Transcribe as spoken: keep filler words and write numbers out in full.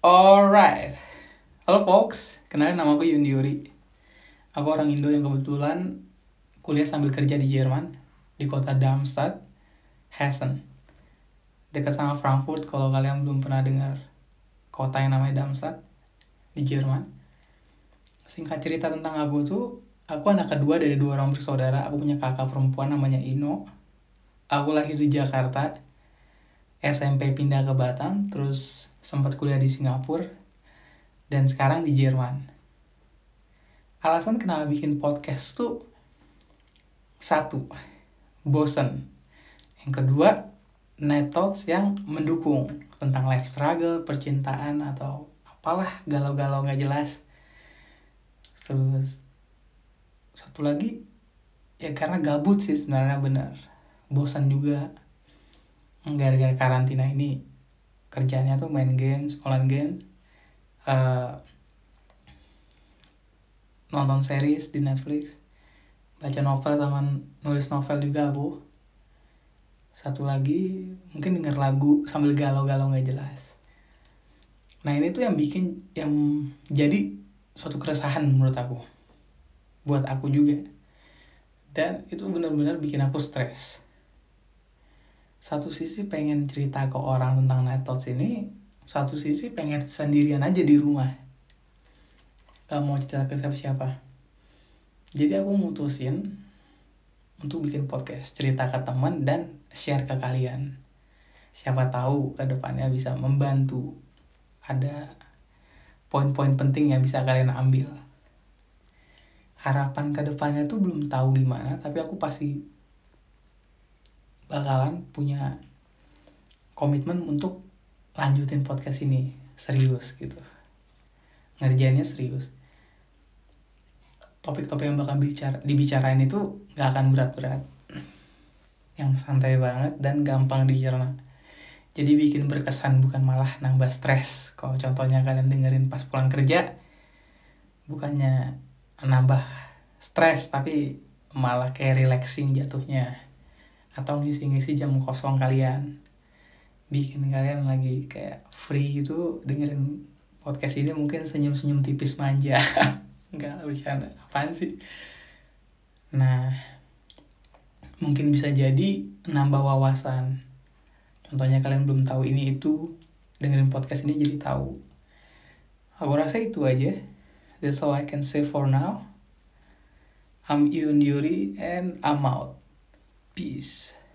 Alright, halo folks, kenalin nama aku Yun Yuri. Aku orang Indo yang kebetulan kuliah sambil kerja di Jerman, di kota Darmstadt, Hessen. Dekat sama Frankfurt kalau kalian belum pernah dengar kota yang namanya Darmstadt di Jerman. Singkat cerita tentang aku tuh, aku anak kedua dari dua orang bersaudara. Aku punya kakak perempuan namanya Ino. Aku lahir di Jakarta, S M P pindah ke Batam, terus sempat kuliah di Singapura, dan sekarang di Jerman. Alasan kenapa bikin podcast tuh satu, bosen. Yang kedua, night thoughts yang mendukung tentang life struggle, percintaan, atau apalah galau-galau gak jelas. Terus satu lagi, ya karena gabut sih sebenarnya, bener. Bosan juga. Gara-gara karantina ini kerjanya tuh main games, online games, uh, nonton series di Netflix, baca novel sama nulis novel juga aku. Satu lagi mungkin denger lagu sambil galau-galau gak jelas. Nah ini tuh yang bikin, yang jadi suatu keresahan menurut aku, buat aku juga. Dan itu benar-benar bikin aku stres. Satu sisi pengen cerita ke orang tentang night thoughts ini, satu sisi pengen sendirian aja di rumah, gak mau cerita ke siapa-siapa. Jadi aku mutusin untuk bikin podcast, cerita ke teman dan share ke kalian. Siapa tahu ke depannya bisa membantu, ada poin-poin penting yang bisa kalian ambil. Harapan ke depannya tuh belum tahu gimana, tapi aku pasti bakalan punya komitmen untuk lanjutin podcast ini serius gitu, ngerjainnya serius. Topik-topik yang bakal bicara, dibicarain itu gak akan berat-berat, yang santai banget dan gampang dicerna. Jadi bikin berkesan, bukan malah nambah stres. Kalau contohnya kalian dengerin pas pulang kerja, bukannya nambah stres tapi malah kayak relaxing jatuhnya, atau ngisi-ngisi jam kosong kalian, bikin kalian lagi kayak free gitu dengerin podcast ini, mungkin senyum-senyum tipis manja. Enggak, bercanda, apaan sih. Nah, mungkin bisa jadi nambah wawasan. Contohnya kalian belum tahu ini itu, dengerin podcast ini jadi tahu. Aku rasa itu aja. That's all I can say for now. I'm Yun Yuri and I'm out. Peace.